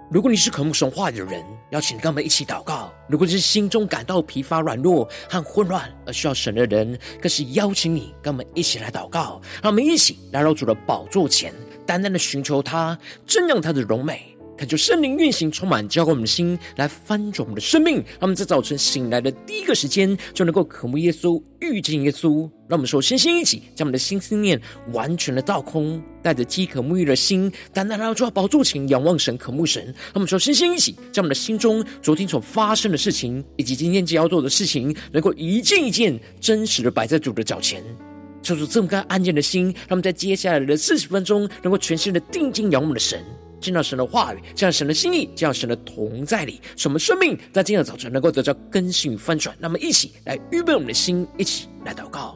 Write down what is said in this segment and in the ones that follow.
如果你是渴慕神话语的人，邀请你跟我们一起祷告；如果是心中感到疲乏、软弱和混乱而需要神的人，更是邀请你跟我们一起来祷告。让我们一起来到主的宝座前，单单的寻求他，瞻仰他的荣美，恳求圣灵运行，充满浇灌我们的心，来翻转我们的生命。让我们在早晨醒来的第一个时间，就能够渴慕耶稣，遇见耶稣。让我们说，先一起将我们的心思念完全的倒空，带着饥渴沐浴的心，单单来到主的宝座前，仰望神，渴慕神。让我们说，先一起将我们的心中昨天所发生的事情，以及今天即要做的事情，能够一件一件真实的摆在主的脚前。求主这么个安静的心，让我们在接下来的40分钟，能够全心的定睛仰望我们的神，见到神的话语，见到神的心意，见到神的同在里，使我们生命在今天的早晨能够得到更新与翻转。那么一起来预备我们的心，一起来祷告。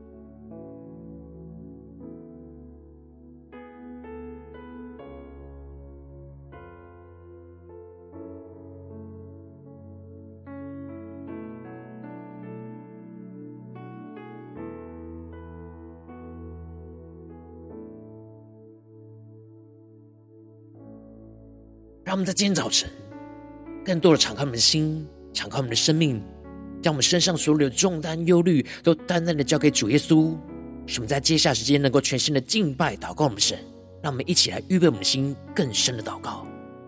让我们在今天早晨更多的敞开我们的心，敞开我们的生命，将我们身上所有的重担忧虑都单单的交给主耶稣，使我们在接下来时间能够全心的敬拜祷告我们的神。让我们一起来预备我们的心，更深的祷告。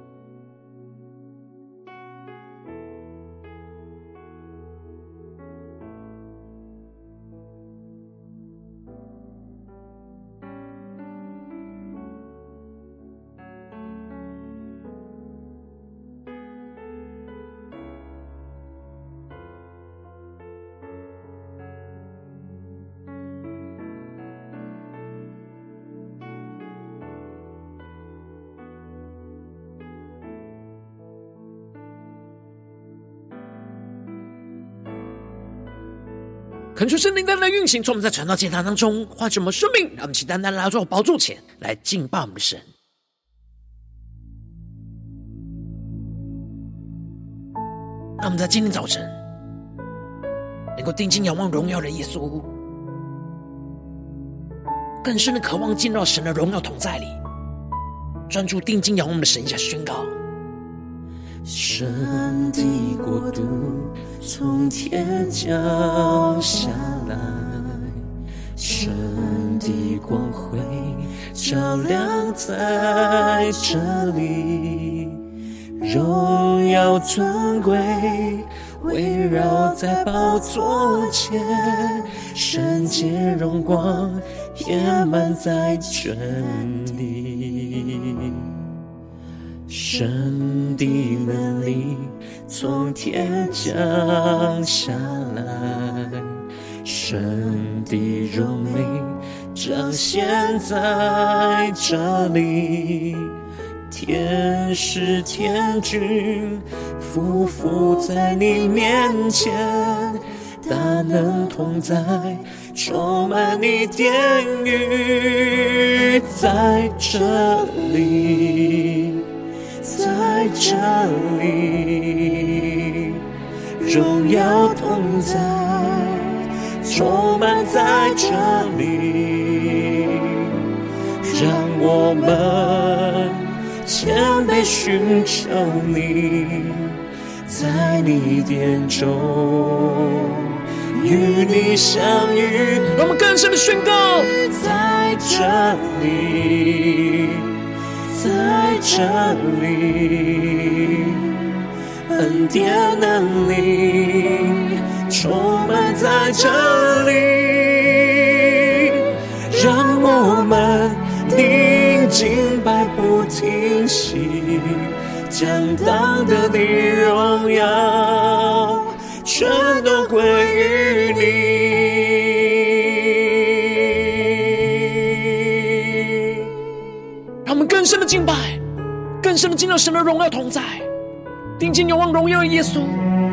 恳求圣灵单单运行，从我们在传道祭坛当中唤醒我们生命，让我们一起单单来到宝座前来敬拜我们的神。让我们在今天早晨能够定睛仰望荣耀的耶稣，更深的渴望进入到神的荣耀同在里，专注定睛仰望我们的神，一下宣告： 神的国度从天降下来，神的光辉照亮在这里，荣耀尊贵围绕在宝座前，圣洁荣光填满在这里。神的能力从天降下来，神的荣美彰显在这里，天使天君匍匐在你面前，大能同在充满你殿宇，在这里，在这里，荣耀同在充满在这里，让我们谦卑寻求你，在你殿中与你相遇。 让我们更深的宣告： 在这里，在这里，恩典能力充满在这里，让我们宁静摆不停息，将当得的荣耀全都归于你。 让我们更深的敬拜，更深的进入神的荣耀同在，定睛仰望荣耀的耶稣，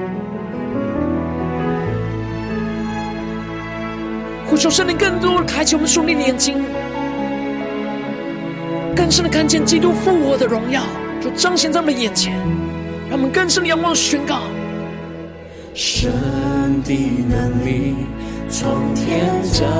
呼求圣灵更多的开启我们属灵的眼睛，更深的看见基督复活的荣耀就彰显在我们的眼前，让我们更深的仰望宣告： 神的能力从天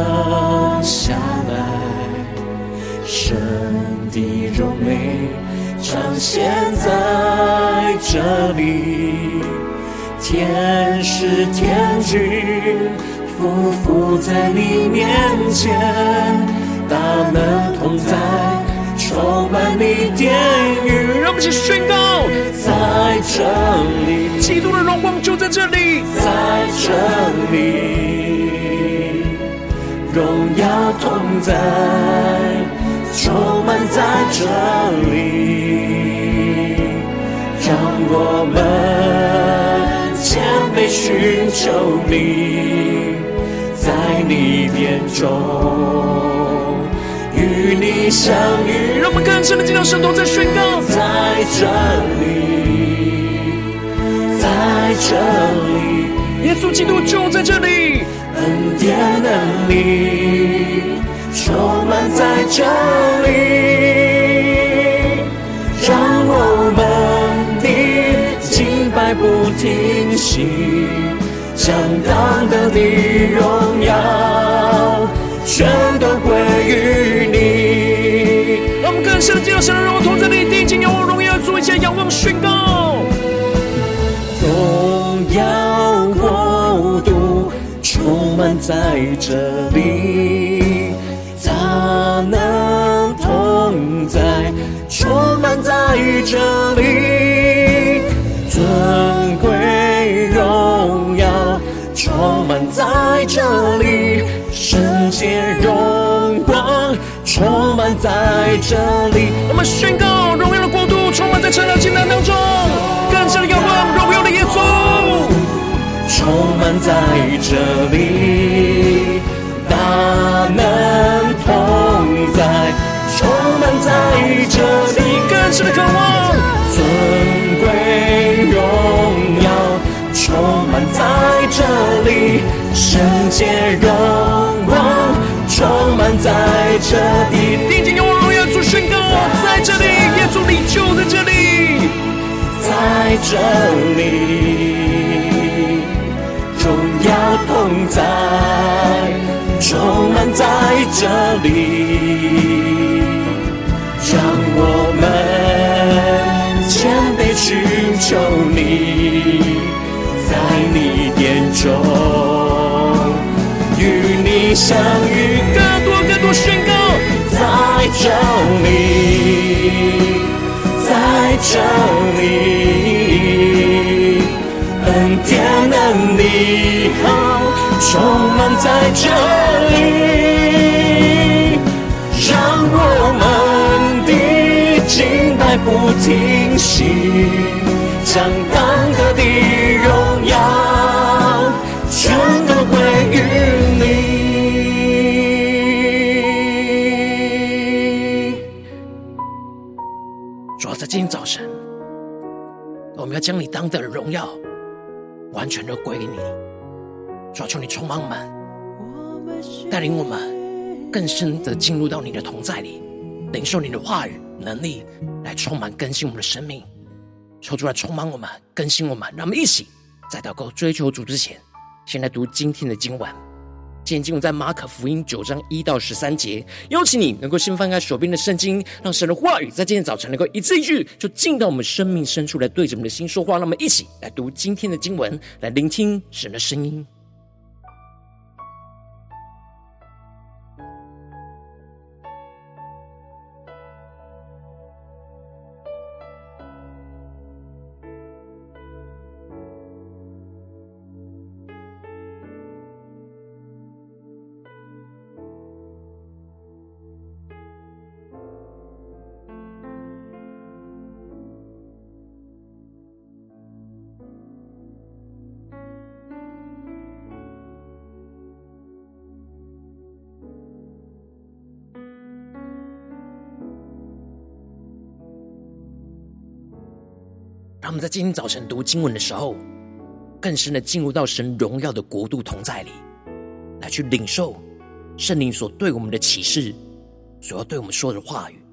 降下来，神的荣美彰显在这里，天使天君匍匐在你面前，大能同在，充满你殿宇。 让我们一起宣告， 在这里， 基督的荣光就在这里， 在这里，荣耀同在，充满在这里，让我们谦卑寻求你，在你殿中与你相遇。 让我们更深的进到神同在宣告， 在这里，在这里， 耶稣基督就在这里， 恩典能力充满在这里，让我们的敬拜不停息，将当得的荣耀全都归于你。 让我们更深的进到神的荣耀同在里，定睛仰望荣耀，做一些仰望宣告， 荣耀国度充满在这里，大能同在，充满在这里，尊贵荣耀充满在这里，圣洁荣光充满在这里。 我们宣告荣耀的国度充满在晨祷敬拜当中，更深的仰望荣耀的耶稣， 充满在这里，大能同在，充满在这里， 更深的渴望， 尊贵荣耀充满在这里，圣洁荣光充满在这里。 定睛仰望荣耀主宣告，在这里，耶稣你就在这里， 在这里，荣耀同在，充满在这里，让我们谦卑寻求你，在你殿中与你相遇。 更多宣告， 在这里，在这里，恩典能力充满在这里，让我们的敬拜不停息，将当得的荣耀全都归于你。 主要在今天早晨，我们要将你当得的荣耀完全都归给你。主要求你充满我们，带领我们更深的进入到你的同在里，领受你的话语能力，来充满更新我们的生命。求主来充满我们，更新我们。让我们一起在祷告追求主之前，先来读今天的经文。今天经文在马可福音9章1到13节。邀请你能够先翻开手边的圣经，让神的话语在今天早晨能够一字一句就进到我们生命深处，来对着我们的心说话。让我们一起来读今天的经文，来聆听神的声音。让我们在今天早晨读经文的时候，更深的进入到神荣耀的国度同在里，来去领受圣灵所对我们的启示，所要对我们说的话语。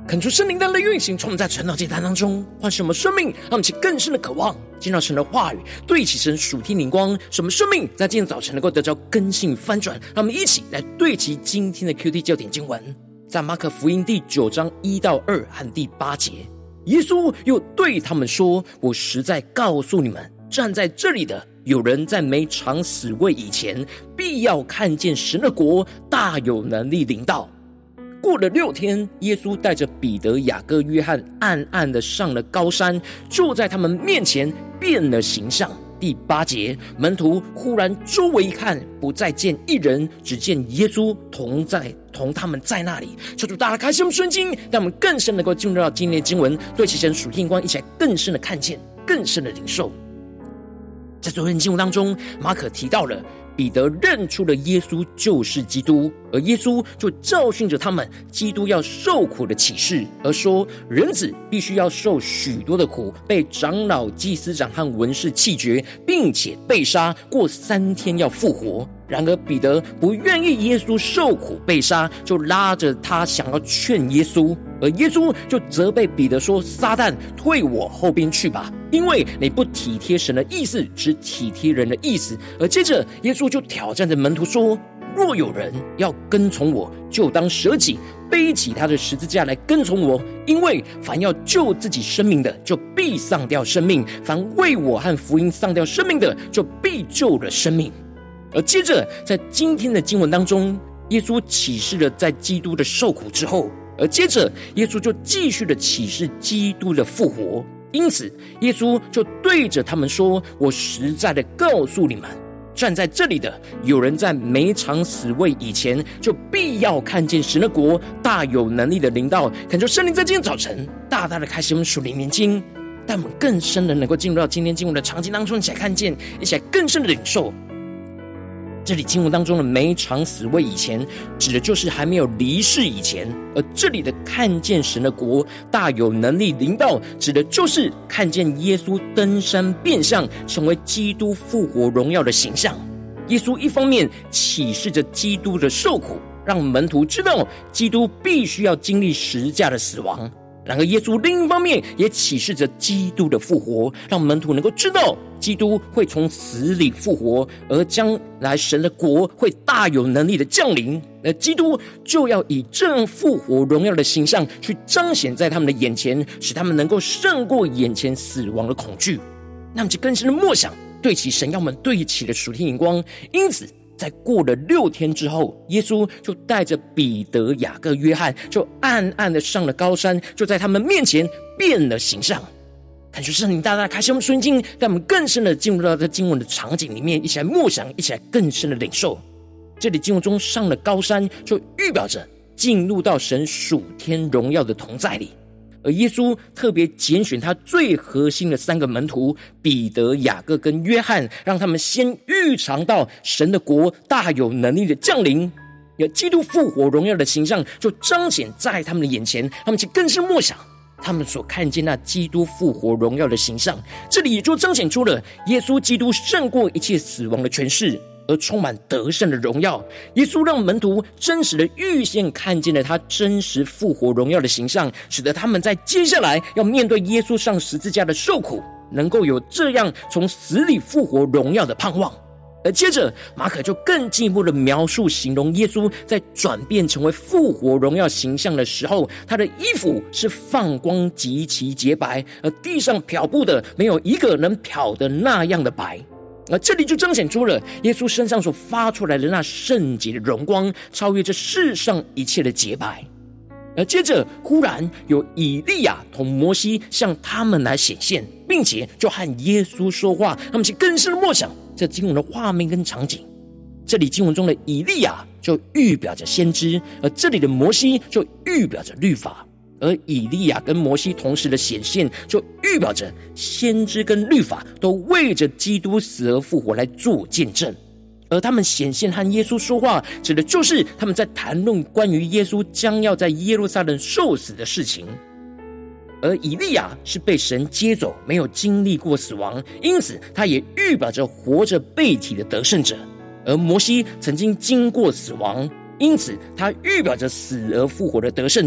恳求圣灵的运行，从我们在晨祷祭坛当中唤醒我们生命，让我们起更深的渴望见到神的话语，对齐神属天灵光，使我们生命在今天早晨能够得到更新翻转。让我们一起来对齐今天的 QT 焦点经文，在马可福音第9章1到2和第8节，耶稣又对他们说：我实在告诉你们，站在这里的有人在没尝死味以前，必要看见神的国大有能力临到。过了6天，耶稣带着彼得、雅各、约翰暗暗的上了高山，就在他们面前变了形象。第8节，门徒忽然周围一看，不再见一人，只见耶稣同他们在那里。求主大家开心我们顺经，让我们更深能够进入到今天的经文，对其神属天光一起来更深的看见，更深的领受。在昨天经文当中，马可提到了彼得认出了耶稣就是基督，而耶稣就教训着他们基督要受苦的启示，而说人子必须要受许多的苦，被长老、祭司长和文士弃绝，并且被杀，过3天要复活。然而彼得不愿意耶稣受苦被杀，就拉着他想要劝耶稣，而耶稣就责备彼得说：撒旦，退我后边去吧，因为你不体贴神的意思，只体贴人的意思。而接着耶稣就挑战着门徒说：若有人要跟从我，就当舍己，背起他的十字架来跟从我。因为凡要救自己生命的，就必丧掉生命；凡为我和福音丧掉生命的，就必救了生命。而接着在今天的经文当中，耶稣启示了在基督的受苦之后，而接着耶稣就继续的启示基督的复活。因此耶稣就对着他们说：我实在的告诉你们，站在这里的有人在没尝死味以前，就必要看见神的国大有能力的临到。恳求圣灵在今天早晨大大的开启我们属灵眼睛，但我们更深的能够进入到今天经文的场景当中，一起来看见，一起来更深的领受。这里经文当中的没尝死味以前，指的就是还没有离世以前，而这里的看见神的国大有能力临到，指的就是看见耶稣登山变相，成为基督复活荣耀的形象。耶稣一方面启示着基督的受苦，让门徒知道基督必须要经历十字架的死亡，然而耶稣另一方面也启示着基督的复活，让门徒能够知道基督会从死里复活，而将来神的国会大有能力的降临，而基督就要以这样复活荣耀的形象去彰显在他们的眼前，使他们能够胜过眼前死亡的恐惧。那么就更深的默想，对齐神要我们对齐的属天眼光。因此在过了6天之后，耶稣就带着彼得、雅各、约翰，就暗暗的上了高山，就在他们面前变了形象。感谢圣灵大大开启我们属灵经，让我们更深的进入到这经文的场景里面，一起来默想，一起来更深的领受。这里经文中上了高山，就预表着进入到神属天荣耀的同在里。而耶稣特别拣选他最核心的3个门徒彼得、雅各跟约翰，让他们先预尝到神的国大有能力的降临，而基督复活荣耀的形象就彰显在他们的眼前，他们就更是默想他们所看见那基督复活荣耀的形象。这里也就彰显出了耶稣基督胜过一切死亡的权势，而充满得胜的荣耀。耶稣让门徒真实的预先看见了他真实复活荣耀的形象，使得他们在接下来要面对耶稣上十字架的受苦，能够有这样从死里复活荣耀的盼望。而接着马可就更进一步的描述形容耶稣在转变成为复活荣耀形象的时候，他的衣服是放光极其洁白，而地上漂布的没有一个能漂的那样的白。而这里就彰显出了耶稣身上所发出来的那圣洁的荣光，超越这世上一切的洁白。而接着忽然有以利亚同摩西向他们来显现，并且就和耶稣说话，他们就更深的默想这经文的画面跟场景。这里经文中的以利亚就预表着先知，而这里的摩西就预表着律法。而以利亚跟摩西同时的显现，就预表着先知跟律法都为着基督死而复活来做见证。而他们显现和耶稣说话，指的就是他们在谈论关于耶稣将要在耶路撒冷受死的事情。而以利亚是被神接走，没有经历过死亡，因此他也预表着活着被提的得胜者。而摩西曾经经过死亡，因此他预表着死而复活的得胜者。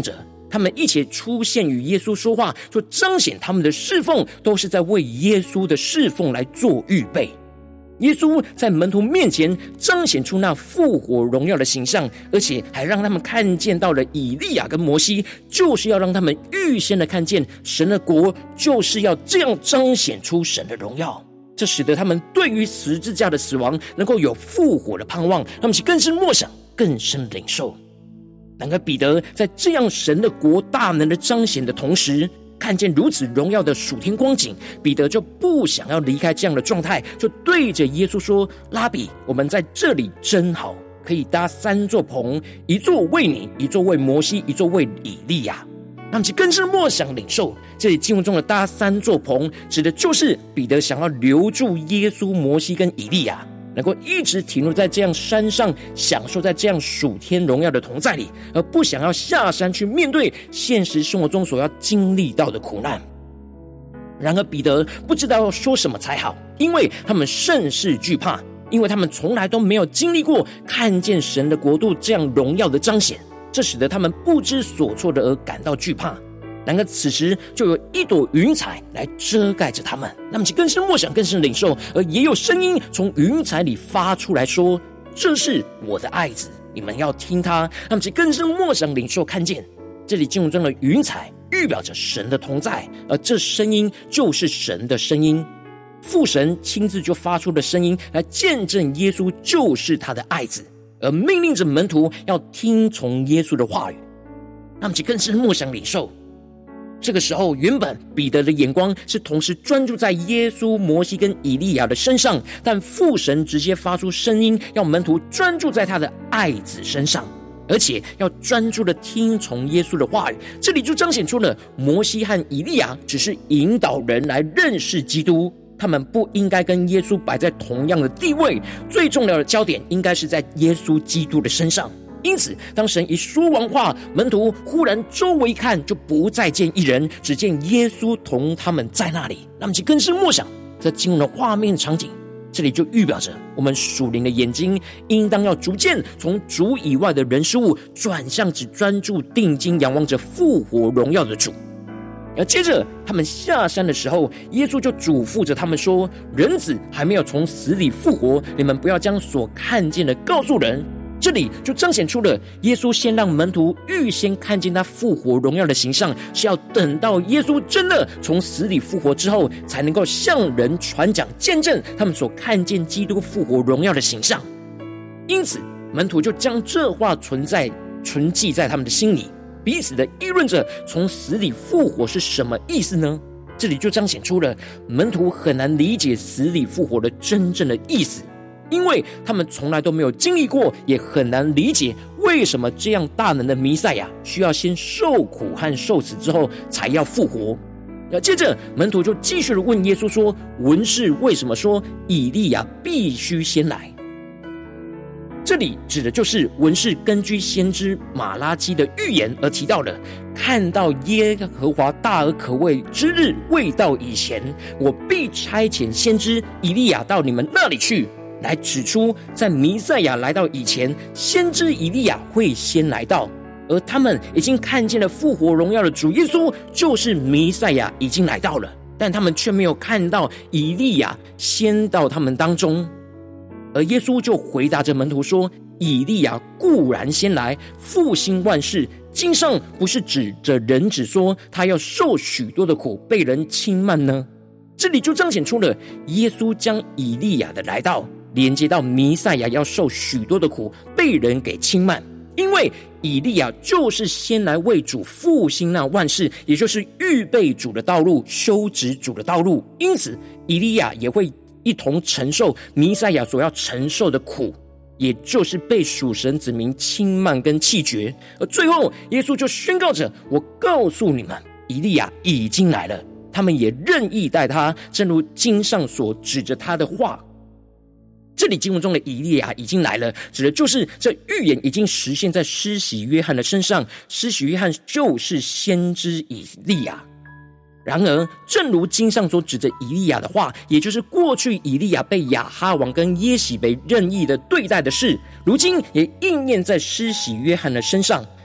他们一起出现与耶稣说话，就彰显他们的侍奉都是在为耶稣的侍奉来做预备。耶稣在门徒面前彰显出那复活荣耀的形象，而且还让他们看见到了以利亚跟摩西，就是要让他们预先的看见神的国就是要这样彰显出神的荣耀。这使得他们对于十字架的死亡能够有复活的盼望，他们是更深默想，更深领受。然而彼得在这样神的国大能的彰显的同时，看见如此荣耀的属天光景，彼得就不想要离开这样的状态，就对着耶稣说：拉比，我们在这里真好，可以搭3座棚，一座为你，一座为摩西，一座为以利亚。他们其更是默想领受，这里经文中的搭3座棚，指的就是彼得想要留住耶稣、摩西跟以利亚，能够一直停留在这样山上，享受在这样属天荣耀的同在里，而不想要下山去面对现实生活中所要经历到的苦难。然而彼得不知道要说什么才好，因为他们甚是惧怕，因为他们从来都没有经历过看见神的国度这样荣耀的彰显，这使得他们不知所措的而感到惧怕。然而此时就有一朵云彩来遮盖着他们，他们就更是默想，更是领受，而也有声音从云彩里发出来说：这是我的爱子，你们要听他。他们就更是默想领受，看见这里经文中的云彩预表着神的同在，而这声音就是神的声音，父神亲自就发出的声音来见证耶稣就是他的爱子，而命令着门徒要听从耶稣的话语。他们就更是默想领受。这个时候原本彼得的眼光是同时专注在耶稣、摩西跟以利亚的身上，但父神直接发出声音，要门徒专注在他的爱子身上，而且要专注的听从耶稣的话语。这里就彰显出了摩西和以利亚只是引导人来认识基督，他们不应该跟耶稣摆在同样的地位，最重要的焦点应该是在耶稣基督的身上。因此当神一说完话，门徒忽然周围一看，就不再见一人，只见耶稣同他们在那里。他们就更是默想这经文的画面场景，这里就预表着我们属灵的眼睛应当要逐渐从主以外的人事物转向只专注定睛仰望着复活荣耀的主。而接着他们下山的时候，耶稣就嘱咐着他们说：人子还没有从死里复活，你们不要将所看见的告诉人。这里就彰显出了耶稣先让门徒预先看见他复活荣耀的形象，是要等到耶稣真的从死里复活之后，才能够向人传讲见证他们所看见基督复活荣耀的形象。因此门徒就将这话存记在他们的心里，彼此的议论着从死里复活是什么意思呢？这里就彰显出了门徒很难理解死里复活的真正的意思，因为他们从来都没有经历过，也很难理解为什么这样大能的弥赛亚需要先受苦和受死之后才要复活。接着门徒就继续的问耶稣说：文士为什么说以利亚必须先来？这里指的就是文士根据先知马拉基的预言而提到的，看到耶和华大而可畏之日未到以前，我必差遣先知以利亚到你们那里去，来指出在弥赛亚来到以前，先知以利亚会先来到，而他们已经看见了复活荣耀的主耶稣就是弥赛亚已经来到了，但他们却没有看到以利亚先到他们当中。而耶稣就回答着门徒说：以利亚固然先来复兴万事，经上不是指着人子说他要受许多的苦，被人轻慢呢？这里就彰显出了耶稣将以利亚的来到连接到弥赛亚要受许多的苦，被人给轻慢，因为以利亚就是先来为主复兴那万事，也就是预备主的道路，修直主的道路。因此以利亚也会一同承受弥赛亚所要承受的苦，也就是被属神子民轻慢跟弃绝。而最后耶稣就宣告着：我告诉你们，以利亚已经来了，他们也任意待他，正如经上所指着他的话。这里经文中的以利亚已经来了，指的就是这预言已经实现在施洗约翰的身上，施洗约翰就是先知以利亚。然而正如经上所指着以利亚的话，也就是过去以利亚被亚哈王跟耶洗别任意的对待的事，如今也应验在施洗约翰的身上。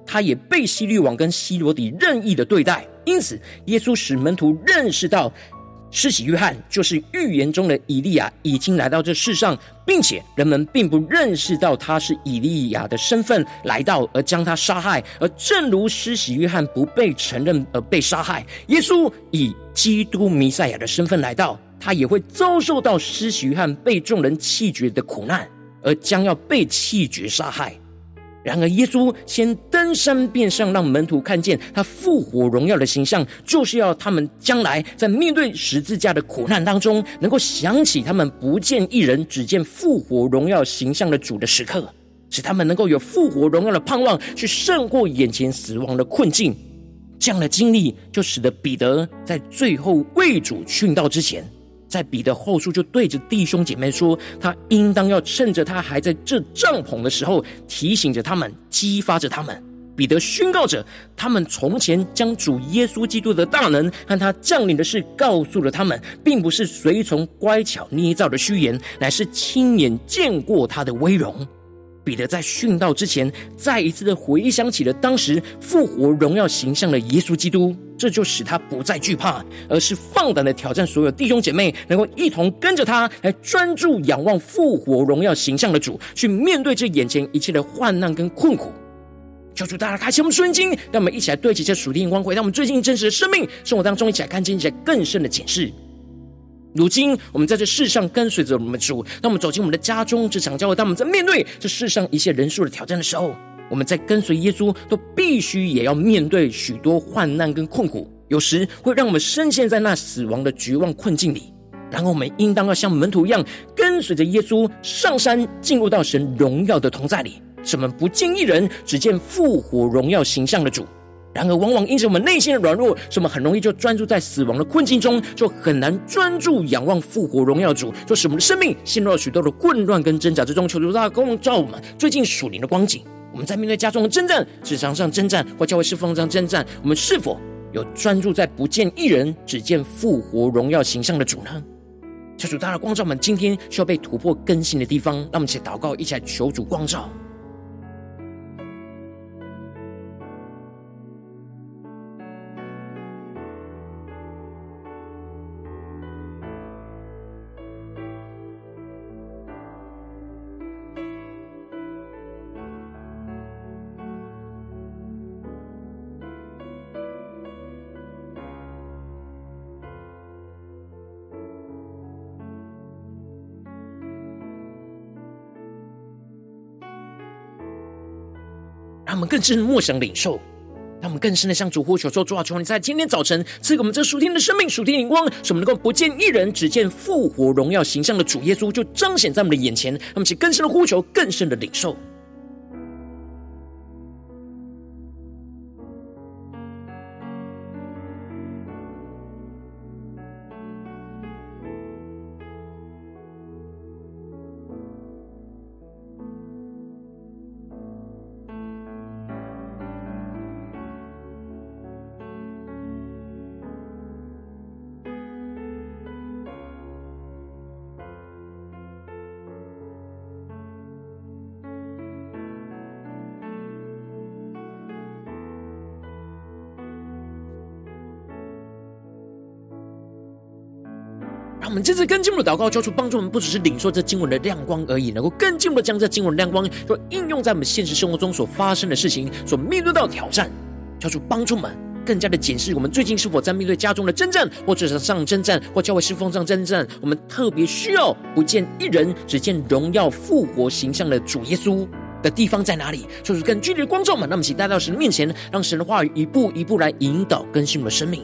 他也被希律王跟希罗底任意的对待。因此耶稣使门徒认识到施洗约翰就是预言中的以利亚已经来到这世上，并且人们并不认识到他是以利亚的身份来到而将他杀害。而正如施洗约翰不被承认而被杀害，耶稣以基督弥赛亚的身份来到，他也会遭受到施洗约翰被众人弃绝的苦难，而将要被弃绝杀害。然而耶稣先登山变相，让门徒看见他复活荣耀的形象，就是要他们将来在面对十字架的苦难当中，能够想起他们不见一人只见复活荣耀形象的主的时刻，使他们能够有复活荣耀的盼望，去胜过眼前死亡的困境。这样的经历就使得彼得在最后为主殉道之前，在彼得后书就对着弟兄姐妹说，他应当要趁着他还在这帐篷的时候，提醒着他们，激发着他们。彼得宣告着他们从前将主耶稣基督的大能和他降临的事告诉了他们，并不是随从乖巧捏造的虚言，乃是亲眼见过他的威荣。彼得在殉道之前再一次的回想起了当时复活荣耀形象的耶稣基督，这就使他不再惧怕，而是放胆的挑战所有弟兄姐妹能够一同跟着他来专注仰望复活荣耀形象的主，去面对这眼前一切的患难跟困苦。求主大家开启我们顺经，让我们一起来对齐这属天光辉，让我们最近真实的生命生活当中一起来看见，一起来更深的检视。如今我们在这世上跟随着我们的主，当我们走进我们的家中、职场、教会，当我们在面对这世上一切人数的挑战的时候，我们在跟随耶稣都必须也要面对许多患难跟困苦，有时会让我们深陷在那死亡的绝望困境里。然后我们应当要像门徒一样，跟随着耶稣上山，进入到神荣耀的同在里，使我们不见一人，只见复活荣耀形象的主。然而往往因着我们内心的软弱，使我们很容易就专注在死亡的困境中，就很难专注仰望复活荣耀的主，就使我们的生命陷入了许多的混乱跟挣扎之中。求主大家光照我们最近属灵的光景，我们在面对家中的征战、职场上征战或教会侍奉上征战，我们是否有专注在不见一人只见复活荣耀形象的主呢？求主大家光照我们今天需要被突破更新的地方，让我们一起祷告，一起来求主光照。让我们更深的默想领受，让我们更深的向主呼求说，主啊，求你在今天早晨赐给我们这属天的生命、属天的灵光，使我们能够不见一人，只见复活荣耀形象的主耶稣就彰显在我们的眼前。让我们一起更深的呼求，更深的领受。让我们这次更进一步的祷告，求主帮助我们，不只是领受这经文的亮光而已，能够更进一步的将这经文的亮光就应用在我们现实生活中所发生的事情、所面对到的挑战。求主帮助我们更加的检视我们最近是否在面对家中的征战，或职场上征战，或教会侍奉上征战，我们特别需要不见一人，只见荣耀复活形象的主耶稣的地方在哪里？求主更具体的光照我们，让我们一起带到神的面前，让神的话语一步一步来引导更新我们的生命。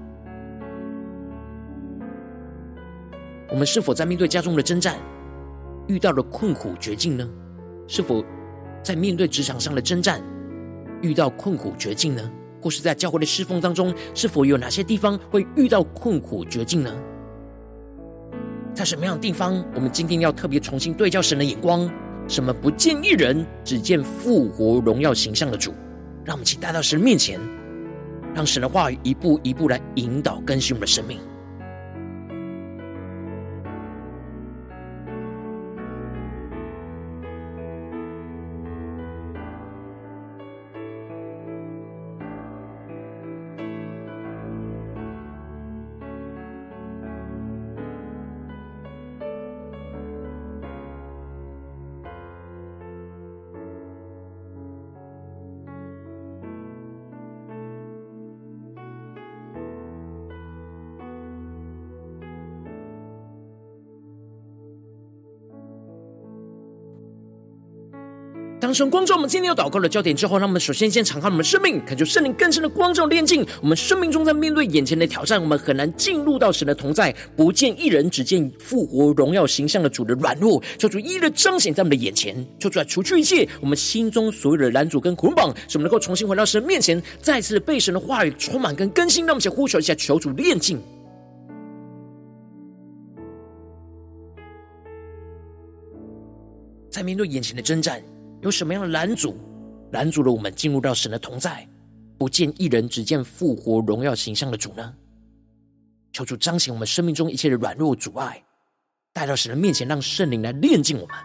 我们是否在面对家中的征战遇到了困苦绝境呢？是否在面对职场上的征战遇到困苦绝境呢？或是在教会的侍奉当中，是否有哪些地方会遇到困苦绝境呢？在什么样的地方我们今天要特别重新对焦神的眼光，什么不见一人，只见复活荣耀形象的主？让我们一起带到神面前，让神的话语一步一步来引导更新我们的生命。 当神光照我们今天要祷告的焦点之后，让我们首先敞开我们的生命，恳求圣灵更深的光照炼净我们生命中在面对眼前的挑战，我们很难进入到神的同在，不见一人，只见复活荣耀形象的主的软弱，求主一一的彰显在我们的眼前，求主来除去一切我们心中所有的拦阻跟捆绑，使我们能够重新回到神面前，再次被神的话语充满跟更新。让我们一起呼求一下，求主炼净。在面对眼前的征战，有什么样的拦阻了我们进入到神的同在，不见一人，只见复活荣耀形象的主呢？求主彰显我们生命中一切的软弱阻碍，带到神的面前，让圣灵来炼净我们。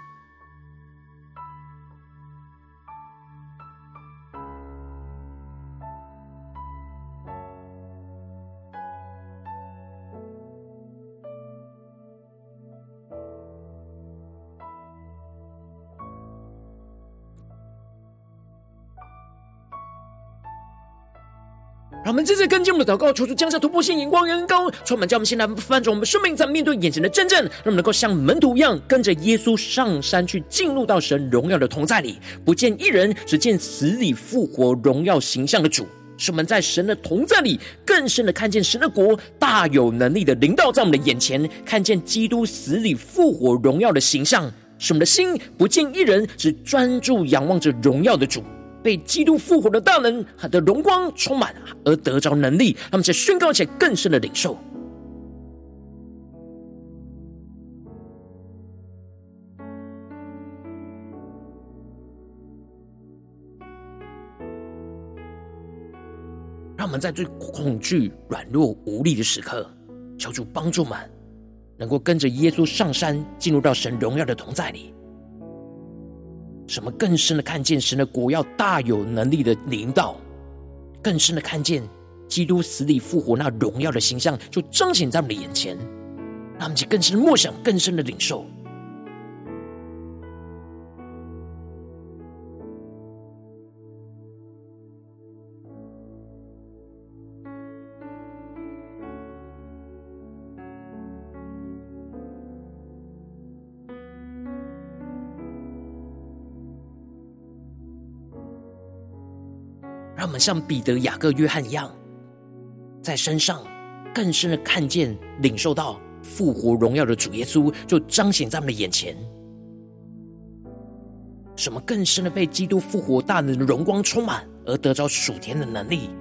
让我们这次跟进我们的祷告，求主降下突破性眼光远高，充满叫我们现在翻转我们生命，在面对眼前的征战，让我们能够像门徒一样，跟着耶稣上山去进入到神荣耀的同在里，不见一人，只见死里复活荣耀形象的主。使我们在神的同在里更深的看见神的国大有能力的临到在我们的眼前，看见基督死里复活荣耀的形象，使我们的心不见一人，只专注仰望着荣耀的主，被基督复活的大能的荣光充满，而得着能力，让我们在宣告起来更深的领受。让我们在最恐惧、软弱、无力的时刻，求主帮助我们能够跟着耶稣上山，进入到神荣耀的同在里，使我们更深的看见神的国要大有能力的临到，更深的看见基督死里复活那荣耀的形象就彰显在我们的眼前，让我们更深的默想，更深的领受。让我们像彼得、雅各、约翰一样，在身上更深的看见、领受到复活荣耀的主耶稣，就彰显在我们的眼前，使我们更深的被基督复活大能的荣光充满，而得着属天的能力。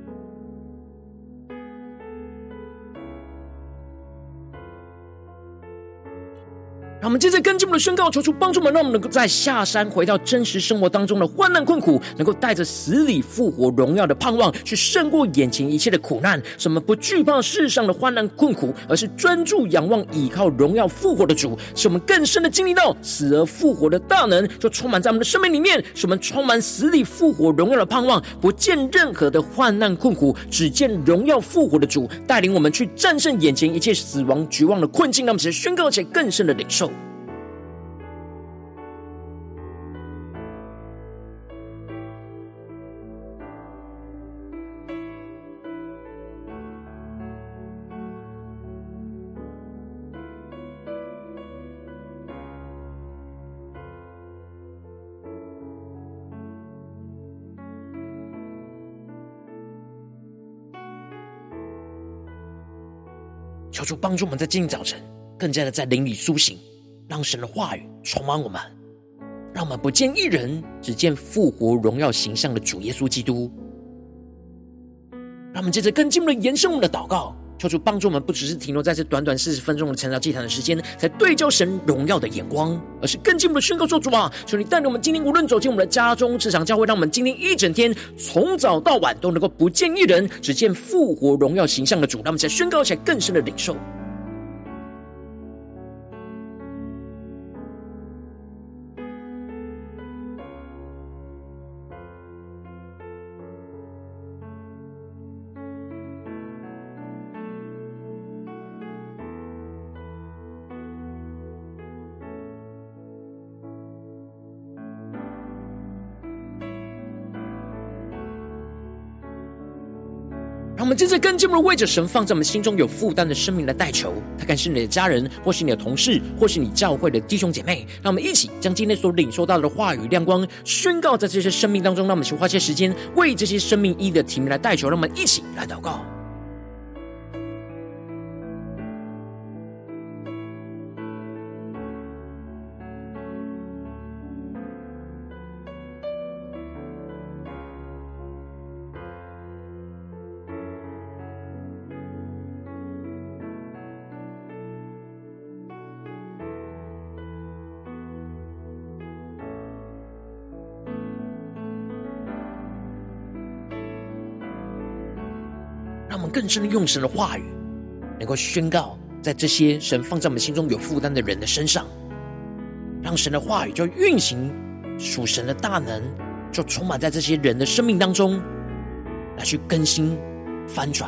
让我们接着跟进我们的宣告，求主帮助我们，让我们能够在下山回到真实生活当中的患难困苦，能够带着死里复活荣耀的盼望，去胜过眼前一切的苦难。使我们不惧怕世上的患难困苦，而是专注仰望倚靠荣耀复活的主。使我们更深的经历到死而复活的大能，就充满在我们的生命里面。使我们充满死里复活荣耀的盼望，不见任何的患难困苦，只见荣耀复活的主带领我们去战胜眼前一切死亡绝望的困境。让我们宣告起来更深的领受。求主帮助我们在今天早晨更加的在灵里苏醒，让神的话语充满我们，让我们不见一人，只见复活荣耀形象的主耶稣基督。让我们接着更进一步的延伸我们的祷告，求主帮助我们不只是停留在这短短40分钟的晨祷祭坛的时间，才对焦神荣耀的眼光，而是更进一步的宣告说，主啊，求你带领我们今天无论走进我们的家中、职场、教会，让我们今天一整天从早到晚都能够不见一人，只见复活荣耀形象的主。让我们再宣告起来更深的领受。 让我们接着更进一步的为着神放在我们心中有负担的生命来代求，他可能是你的家人，或是你的同事，或是你教会的弟兄姐妹。让我们一起将今天所领受到的话语亮光宣告在这些生命当中。让我们去花些时间为这些生命的题目来代求，让我们一起来祷告。让我们更深的用神的话语能够宣告在这些神放在我们心中有负担的人的身上，让神的话语就运行，属神的大能就充满在这些人的生命当中，来去更新翻转。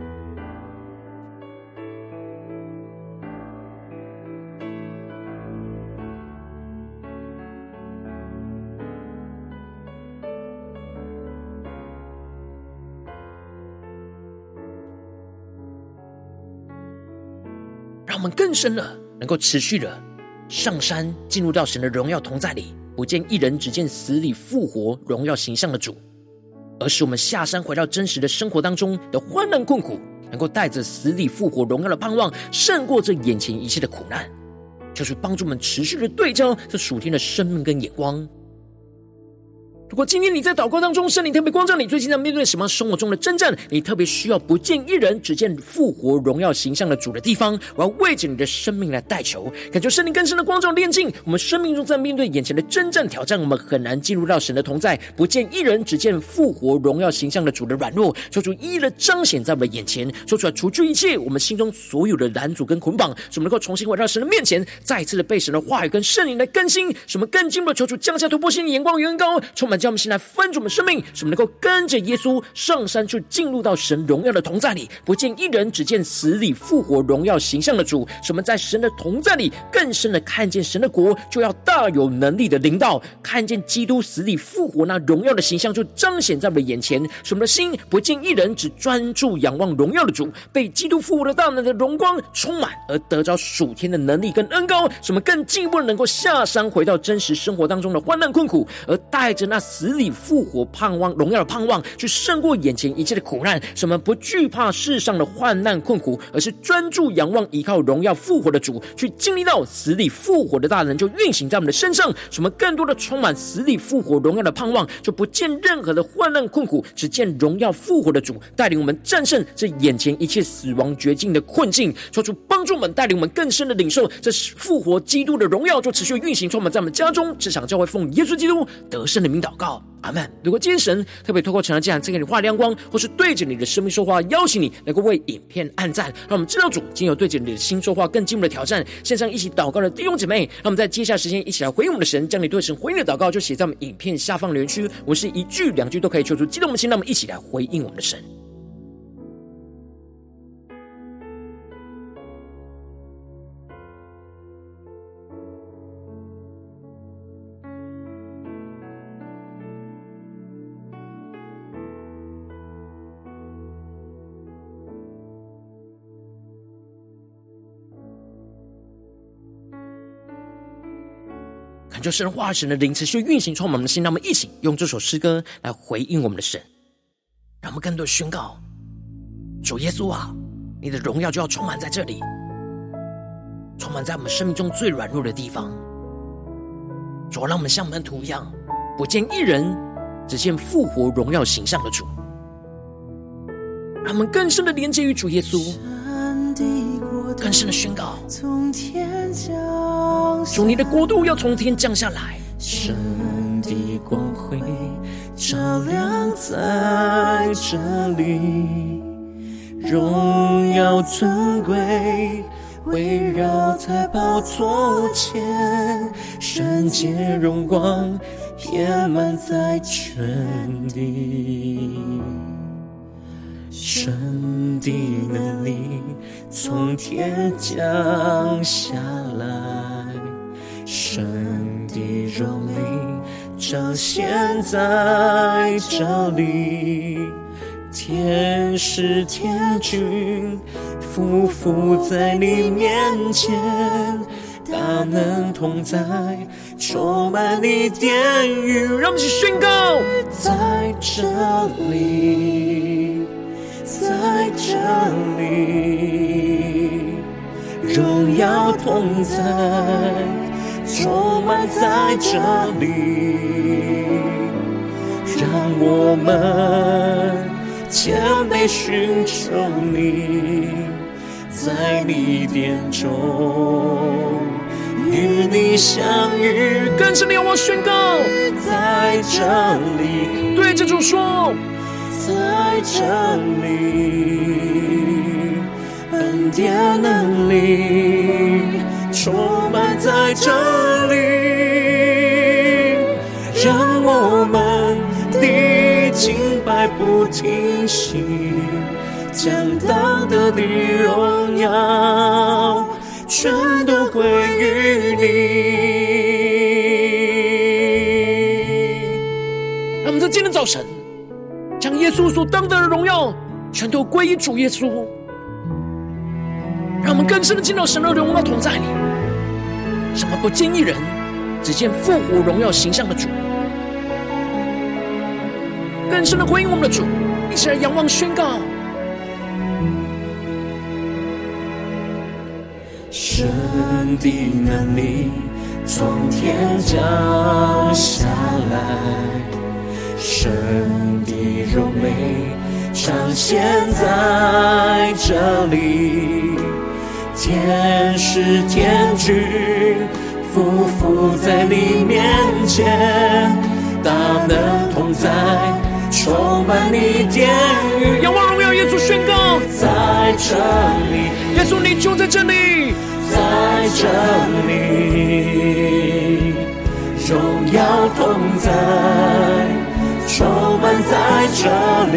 让我们更深的能够持续的上山，进入到神的荣耀同在里，不见一人，只见死里复活荣耀形象的主，而是我们下山回到真实的生活当中的患难困苦，能够带着死里复活荣耀的盼望，胜过这眼前一切的苦难，就是帮助我们持续的对焦这属天的生命跟眼光。如果今天你在祷告当中，圣灵特别光照你最近在面对什么生活中的征战，你特别需要不见一人，只见复活荣耀形象的主的地方，我要为着你的生命来代求，感觉圣灵更深的光照炼净我们生命中在面对眼前的征战挑战，我们很难进入到神的同在，不见一人，只见复活荣耀形象的主的软弱，求主一一的彰显在我们的眼前，说出来除去一切我们心中所有的拦阻跟捆绑，使我们能够重新回到神的面前，再一次的被神的话语跟圣灵来更新，使我们更进一步的求主降下突破性的眼光远高，充满将我们心来分足我们生命，使我们能够跟着耶稣上山去进入到神荣耀的同在里，不见一人，只见死里复活荣耀形象的主，使我们在神的同在里更深的看见神的国就要大有能力的临到，看见基督死里复活那荣耀的形象就彰显在我们的眼前，使我们的心不见一人，只专注仰望荣耀的主，被基督复活的大能的荣光充满，而得着属天的能力跟恩膏，使我们更进一步的能够下山回到真实生活当中的患难困苦，而带着那死里复活盼望荣耀的盼望去胜过眼前一切的苦难，使我们不惧怕世上的患难困苦，而是专注仰望依靠荣耀复活的主，去经历到死里复活的大能就运行在我们的身上，使我们更多的充满死里复活荣耀的盼望，就不见任何的患难困苦，只见荣耀复活的主带领我们战胜这眼前一切死亡绝境的困境，求主帮助我们，带领我们更深的领受这复活基督的荣耀，就持续运行充满在我们家中职场教会，奉耶稣基督得胜的名祷告，阿们。如果今天神特别透过陈这样赐给你话亮光，或是对着你的生命说话，邀请你能够为影片按赞，让我们知道主今天有对着你的心说话更进一步的挑战。线上一起祷告的弟兄姐妹，让我们在接下来时间一起来回应我们的神，将你对神回应的祷告就写在我们影片下方留言区，我是一句两句都可以求出激动我们的心，让我们一起来回应我们的神。就神话神的灵持续运行充满我们的心，让我们一起用这首诗歌来回应我们的神，让我们更多宣告主耶稣啊，你的荣耀就要充满在这里，充满在我们生命中最软弱的地方。主，让我们像门徒一样，不见一人，只见复活荣耀形象的主，让我们更深的连接于主耶稣，更深的宣告主，你的国度要从天降下来， 神的光辉照亮在这里，荣耀尊贵围绕在宝座前，圣洁荣光遍满在全地，神的能力从天降下来，神的荣力彰显在这里， 天使天君匍匐在你面前，大能同在，充满你殿宇。 让我们一起宣告， 在这里，在这里，荣耀同在，充满在这里，让我们谦卑寻求你，在你殿中与你相遇。 更深的仰望宣告， 在这里， 对着主说， 在这里，恩典能力充满在这里，让我们的敬拜不停息，将当得的荣耀全都归于你。 让我们在今天早晨将耶稣所当得的荣耀全都归于主耶稣，让我们更深的进到神的荣耀同在里，什么不见一人，只见复活荣耀形象的主，更深的回应我们的主，一起来仰望宣告。 神的能力从天降下来，神的荣美彰显在这里，天使天君匍匐在你面前，大能同在，充满你殿宇。 仰望荣耀耶稣宣告， 在这里， 耶稣你就在这里， 在这里，荣耀同在，充满在这里，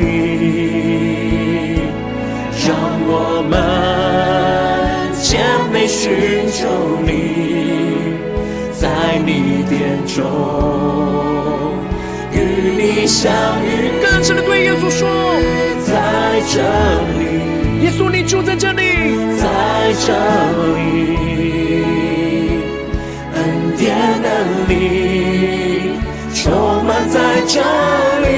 让我们谦卑寻求你，在你殿中与你相遇。 更深的对耶稣说， 在这里， 耶稣你就在这里， 在这里，恩典能力充满在这里，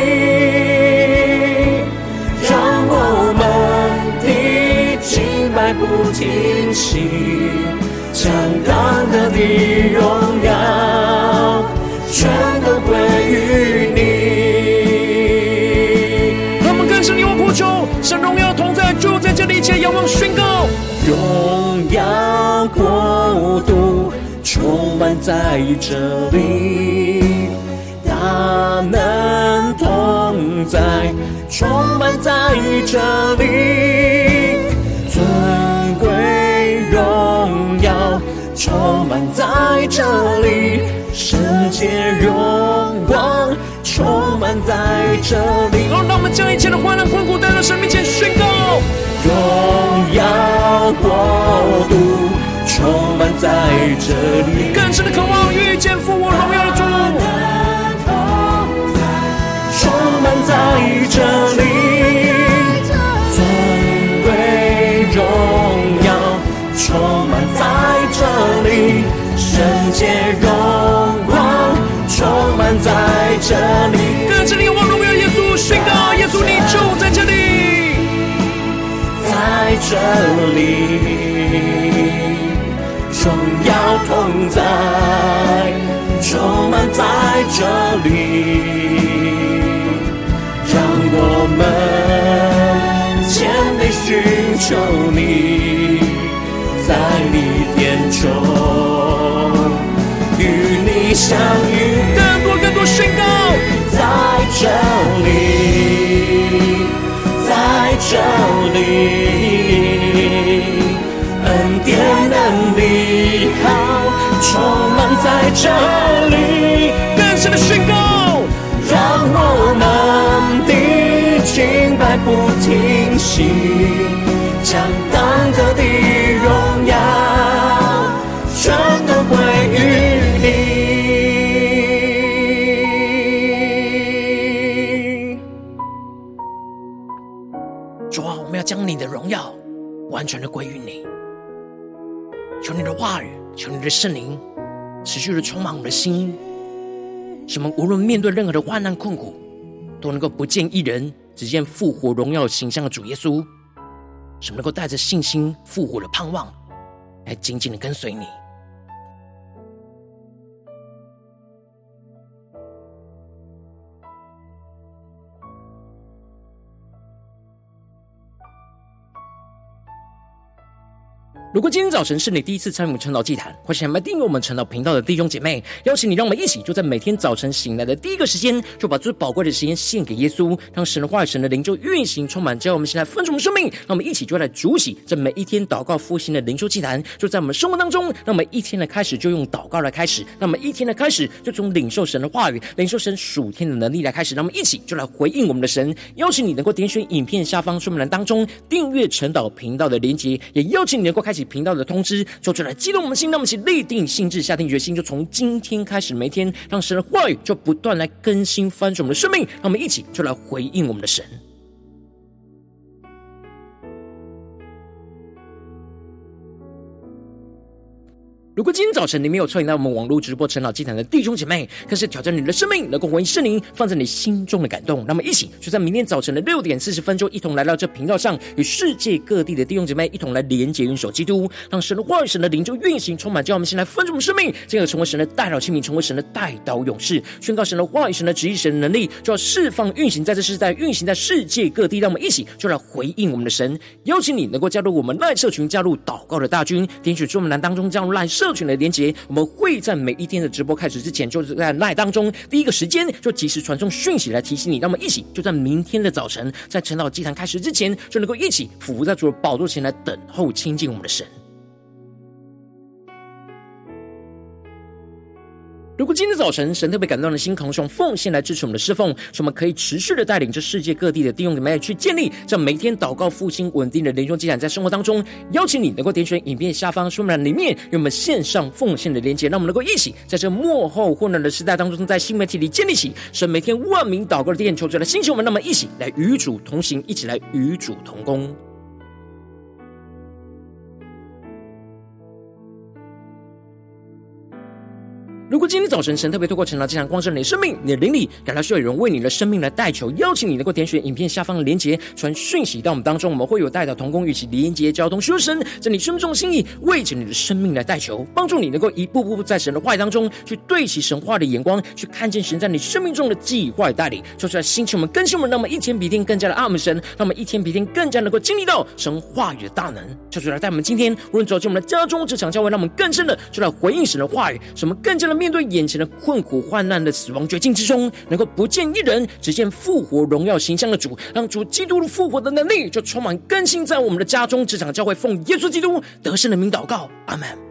让我们的敬拜不停息，将当得的荣耀全都归于你。 让我们更深地仰望呼求，神荣耀同在，就在这里，一起仰望宣告， 荣耀国度充满在这里，大能同在，充满在这里，尊贵荣耀充满在这里，圣洁荣光充满在这里。 让我们将一切的患难困苦带到神面前宣告， 荣耀国度充满在这里， 更深的渴望遇见复活荣耀的主， 充满在这里，尊贵荣耀充满在这里，圣洁荣光充满在这里。 更深的仰望荣耀耶稣宣告，耶稣你就在这里， 在这里，荣耀同在，充满在这里，让我们谦卑寻求你，在你殿中与你相遇。 更多宣告， 在这里，在这里，恩典能力好充满在这里， 更深的宣告， 让我们的敬拜不停息，将当得的荣耀全都归于你。 主啊，我们要将你的荣耀完全的归于你。求你的话语，求你的圣灵持续的充满我们的心，使我们无论面对任何的患难困苦，都能够不见一人，只见复活荣耀形象的主耶稣，使我们能够带着信心复活的盼望来紧紧的跟随你。如果今天早晨是你第一次参与晨祷祭坛，或是还没订阅我们晨祷频道的弟兄姐妹，邀请你让我们一起就在每天早晨醒来的第一个时间，就把最宝贵的时间献给耶稣，让神的话语、神的灵就运行充满，叫我们现在分盛我们生命。让我们一起就来主起这每一天祷告复兴的灵修祭坛，就在我们生活当中。让我们一天的开始就用祷告来开始，让我们一天的开始就从领受神的话语、领受神属天的能力来开始。让我们一起就来回应我们的神。邀请你能够点选影片下方说明栏当中订阅晨祷频道的连结，也邀请你能够开启频道的通知，说出来激动我们的心。让我们一起立定心志，下定决心，就从今天开始，每天让神的话语就不断来更新翻转我们的生命。让我们一起就来回应我们的神。如果今天早晨你没有参与到我们网络直播晨祷祭坛的弟兄姐妹，更是挑战你的生命，能够回应圣灵放在你心中的感动。那么一起就在明天早晨的6点40分，就一同来到这频道上，与世界各地的弟兄姐妹一同来连结、运手基督，让神的话语、神的灵就运行充满，叫我们先来分盛我们生命，进而成为神的代祷器皿，成为神的代祷勇士，宣告神的话语、神的旨意、神的能力，就要释放、运行在这世代，运行在世界各地。让我们一起就来回应我们的神。邀请你能够加入我们LINE社群，加入祷告的大军，点取说明栏当中加入LINE社群的连结。我们会在每一天的直播开始之前，就是在LINE当中第一个时间就及时传送讯息来提醒你。让我们一起就在明天的早晨，在晨祷祭坛开始之前，就能够一起俯伏在主的宝座前来等候亲近我们的神。如果今天早晨神特别感动的心，同时用奉献来支持我们的侍奉，使我们可以持续的带领这世界各地的弟兄姐妹去建立这每天祷告复兴稳定的灵修祭坛，在生活当中。邀请你能够点选影片下方说明栏里面有我们线上奉献的连结，让我们能够一起在这末后混乱的时代当中，在新媒体里建立起神每天万名祷告的殿，求主来兴起我们，那么一起来与主同行，一起来与主同工。如果今天早晨神特别透过晨祷祭坛光照你的生命，你的灵里感到需要有人为你的生命来代求，邀请你能够点选影片下方的连结，传讯息到我们当中。我们会有代祷同工，一起连结交通，求神在你生命中的心意，为着你的生命来代求，帮助你能够一步步在神的话语当中去对齐神话的眼光，去看见神在你生命中的计划与带领。说出来兴起我们，更新我们，让我们一天比一天更加的爱我们神，让我们一天比一天更加能够经历到神话语的大能。求主来带我们今天无论走进我们的家中、职场、教会，让我们更深的就来回应神的话语，使我们更加的面对眼前的困苦患难的死亡绝境之中，能够不见一人，只见复活荣耀形象的主，让主基督复活的能力就充满更新在我们的家中、职场、教会，奉耶稣基督得胜的名祷告，阿们。